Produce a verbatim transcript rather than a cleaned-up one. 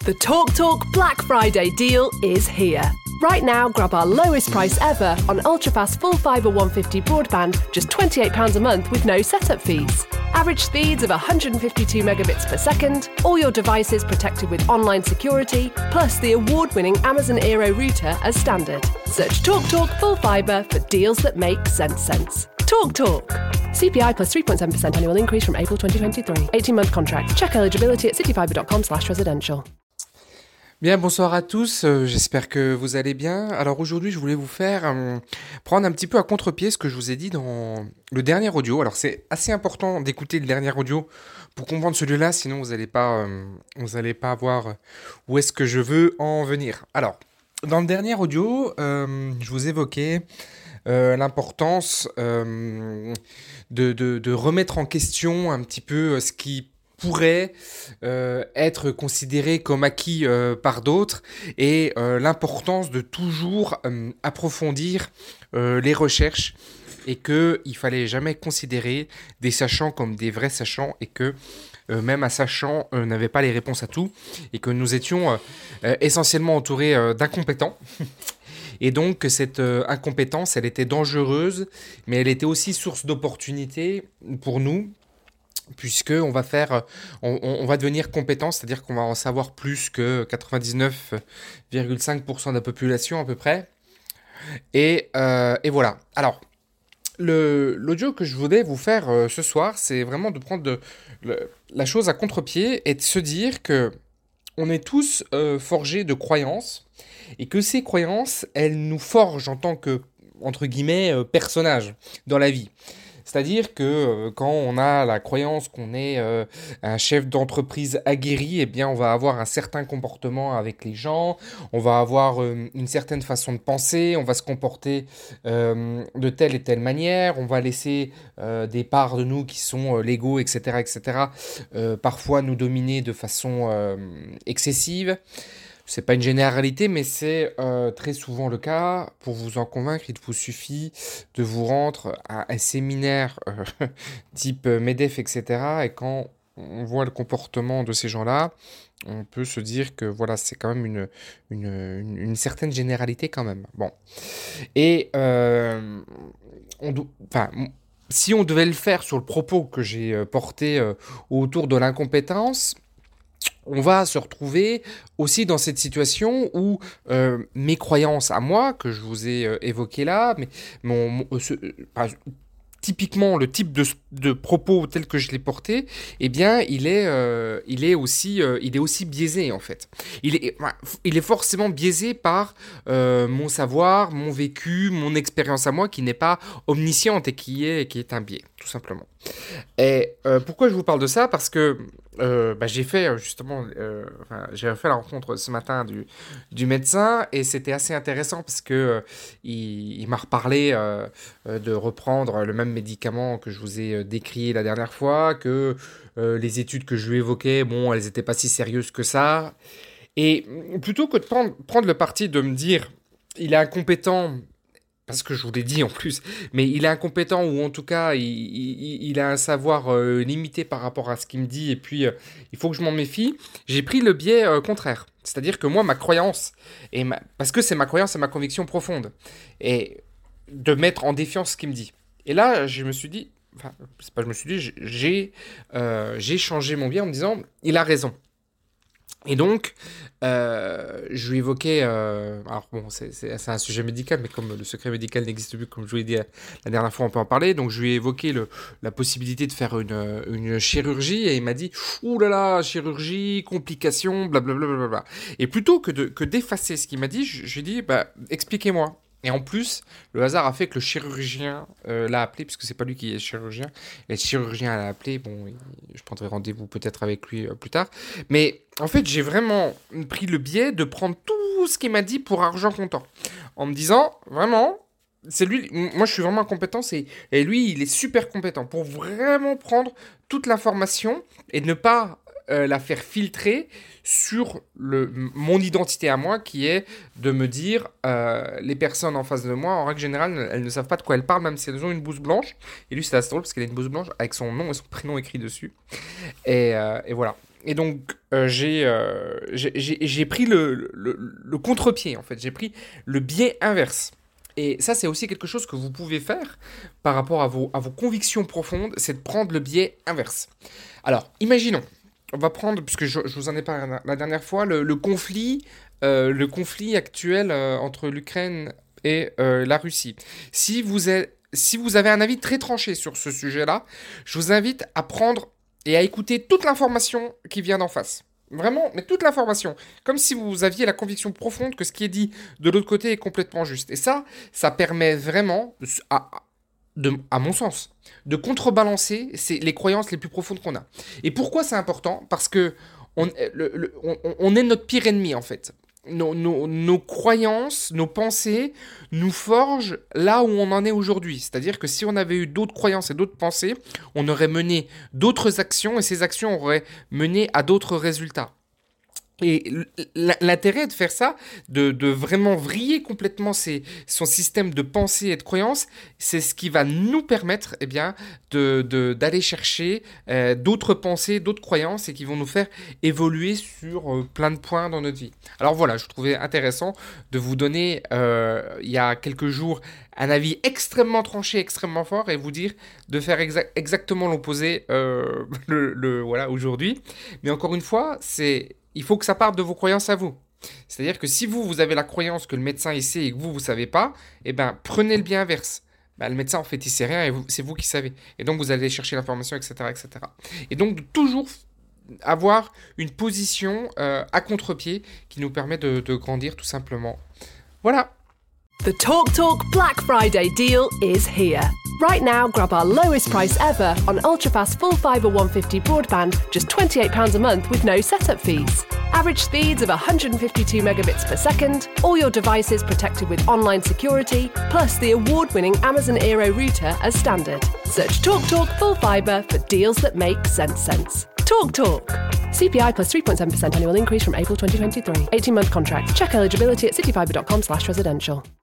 The TalkTalk Black Friday deal is here. Right now, grab our lowest price ever on ultra-fast full fibre one fifty broadband, just twenty-eight pounds a month with no setup fees. Average speeds of one hundred fifty-two megabits per second, all your devices protected with online security, plus the award-winning Amazon Aero router as standard. Search TalkTalk Full Fibre for deals that make sense sense. TalkTalk. C P I plus three point seven percent annual increase from April twenty twenty-three. eighteen-month contract. Check eligibility at cityfibre.com slash residential. Bien, bonsoir à tous, euh, j'espère que vous allez bien. Alors aujourd'hui, je voulais vous faire euh, prendre un petit peu à contre-pied ce que je vous ai dit dans le dernier audio. Alors c'est assez important d'écouter le dernier audio pour comprendre celui-là, sinon vous n'allez pas, euh, vous allez pas voir où est-ce que je veux en venir. Alors, dans le dernier audio, euh, je vous évoquais euh, l'importance euh, de, de, de remettre en question un petit peu ce qui pourrait euh, être considéré comme acquis euh, par d'autres et euh, l'importance de toujours euh, approfondir euh, les recherches et qu'il fallait jamais considérer des sachants comme des vrais sachants et que euh, même un sachant euh, n'avait pas les réponses à tout et que nous étions euh, essentiellement entourés euh, d'incompétents. Et donc que cette euh, incompétence, elle était dangereuse, mais elle était aussi source d'opportunités pour nous, puisque on va faire, on, on va devenir compétent, c'est-à-dire qu'on va en savoir plus que quatre-vingt-dix-neuf virgule cinq pour cent de la population à peu près. Et, euh, et voilà. Alors, le, l'audio que je voulais vous faire euh, ce soir, c'est vraiment de prendre de, le, la chose à contre-pied et de se dire que on est tous euh, forgés de croyances et que ces croyances, elles nous forgent en tant que, entre guillemets, euh, personnages dans la vie. C'est-à-dire que euh, quand on a la croyance qu'on est euh, un chef d'entreprise aguerri, eh bien on va avoir un certain comportement avec les gens, on va avoir euh, une certaine façon de penser, on va se comporter euh, de telle et telle manière, on va laisser euh, des parts de nous qui sont euh, l'ego, et cetera, et cetera, euh, parfois nous dominer de façon euh, excessive. C'est pas une généralité, mais c'est euh, très souvent le cas. Pour vous en convaincre, il vous suffit de vous rendre à un séminaire euh, type MEDEF, et cetera. Et quand on voit le comportement de ces gens-là, on peut se dire que voilà, c'est quand même une, une, une, une certaine généralité quand même. Bon. Et euh, on do... enfin, si on devait le faire sur le propos que j'ai porté euh, autour de l'incompétence, on va se retrouver aussi dans cette situation où euh, mes croyances à moi, que je vous ai euh, évoquées là, mais mon, mon, euh, ce, euh, typiquement le type de, de propos tel que je l'ai porté, eh bien, il est, euh, il est, aussi, euh, il est aussi biaisé en fait. Il est, il est forcément biaisé par euh, mon savoir, mon vécu, mon expérience à moi qui n'est pas omnisciente et qui est, qui est un biais, tout simplement. Et euh, pourquoi je vous parle de ça ? Parce que euh, bah, j'ai fait justement, euh, enfin, j'ai fait la rencontre ce matin du, du médecin et c'était assez intéressant parce que euh, il, il m'a reparlé euh, de reprendre le même médicament que je vous ai décrit la dernière fois, que euh, les études que je lui évoquais, bon, elles n'étaient pas si sérieuses que ça. Et plutôt que de prendre, prendre le parti de me dire il est incompétent, parce que je vous l'ai dit en plus, mais il est incompétent ou en tout cas il, il, il a un savoir euh, limité par rapport à ce qu'il me dit et puis euh, il faut que je m'en méfie, j'ai pris le biais euh, contraire. C'est-à-dire que moi, ma croyance, et ma... parce que c'est ma croyance et ma conviction profonde, et de mettre en défiance ce qu'il me dit. Et là, je me suis dit, enfin, c'est pas je me suis dit, j'ai, euh, j'ai changé mon biais en me disant, il a raison. Et donc, euh, je lui évoquais, euh, alors bon, c'est, c'est, c'est un sujet médical, mais comme le secret médical n'existe plus, comme je vous l'ai dit la dernière fois, on peut en parler. Donc, je lui ai évoqué le, la possibilité de faire une, une chirurgie, et il m'a dit, ouh là là, chirurgie, complications, blablabla. Bla, bla, bla. Et plutôt que, de, que d'effacer ce qu'il m'a dit, je, je lui ai dit, bah, expliquez-moi. Et en plus, le hasard a fait que le chirurgien euh, l'a appelé, puisque c'est pas lui qui est chirurgien, et le chirurgien l'a appelé, bon, il, je prendrai rendez-vous peut-être avec lui euh, plus tard, mais en fait, j'ai vraiment pris le biais de prendre tout ce qu'il m'a dit pour argent comptant, en me disant, vraiment, c'est lui, moi je suis vraiment incompétent, et, et lui, il est super compétent, pour vraiment prendre toute l'information, et ne pas euh, la faire filtrer sur le, mon identité à moi, qui est de me dire euh, les personnes en face de moi, en règle générale, elles ne savent pas de quoi elles parlent, même si elles ont une blouse blanche. Et lui, c'est assez drôle parce qu'elle a une blouse blanche avec son nom et son prénom écrit dessus. Et, euh, et voilà. et donc, euh, j'ai, euh, j'ai, j'ai, j'ai pris le, le, le contre-pied, en fait. J'ai pris le biais inverse. Et ça, c'est aussi quelque chose que vous pouvez faire par rapport à vos, à vos convictions profondes, c'est de prendre le biais inverse. Alors, imaginons, on va prendre, puisque je, je vous en ai parlé la dernière fois, le, le conflit, euh, le conflit actuel euh, entre l'Ukraine et euh, la Russie. Si vous, êtes, si vous avez un avis très tranché sur ce sujet-là, je vous invite à prendre et à écouter toute l'information qui vient d'en face. Vraiment, mais toute l'information. Comme si vous aviez la conviction profonde que ce qui est dit de l'autre côté est complètement juste. Et ça, ça permet vraiment, à, de, à mon sens, de contrebalancer c'est les croyances les plus profondes qu'on a. Et pourquoi c'est important ? Parce que on, le, le, on, on est notre pire ennemi, en fait. Nos, nos, nos croyances, nos pensées nous forgent là où on en est aujourd'hui. C'est-à-dire que si on avait eu d'autres croyances et d'autres pensées, on aurait mené d'autres actions et ces actions auraient mené à d'autres résultats. Et l'intérêt de faire ça, de, de vraiment vriller complètement ses, son système de pensée et de croyance, c'est ce qui va nous permettre eh bien, de, de, d'aller chercher euh, d'autres pensées, d'autres croyances et qui vont nous faire évoluer sur euh, plein de points dans notre vie. Alors voilà, je trouvais intéressant de vous donner, euh, il y a quelques jours, un avis extrêmement tranché, extrêmement fort et vous dire de faire exa- exactement l'opposé euh, le, le, voilà, aujourd'hui. Mais encore une fois, c'est... il faut que ça parte de vos croyances à vous. C'est-à-dire que si vous, vous avez la croyance que le médecin il sait et que vous, vous ne savez pas, eh ben, prenez le bien inverse. Ben, le médecin, en fait, il ne sait rien et vous, c'est vous qui savez. Et donc, vous allez chercher l'information, et cetera, et cetera. Et donc, de toujours avoir une position euh, à contre-pied qui nous permet de, de grandir tout simplement. Voilà. The Talk Talk Black Friday deal is here. Right now, grab our lowest price ever on ultra-fast full fibre one fifty broadband, just twenty-eight pounds a month with no setup fees. Average speeds of one hundred fifty-two megabits per second, all your devices protected with online security, plus the award-winning Amazon Aero router as standard. Search Talk Talk Full Fibre for deals that make sense sense. Talk Talk. C P I plus three point seven percent annual increase from April twenty twenty-three. eighteen-month contract. Check eligibility at cityfibre dot com slash residential.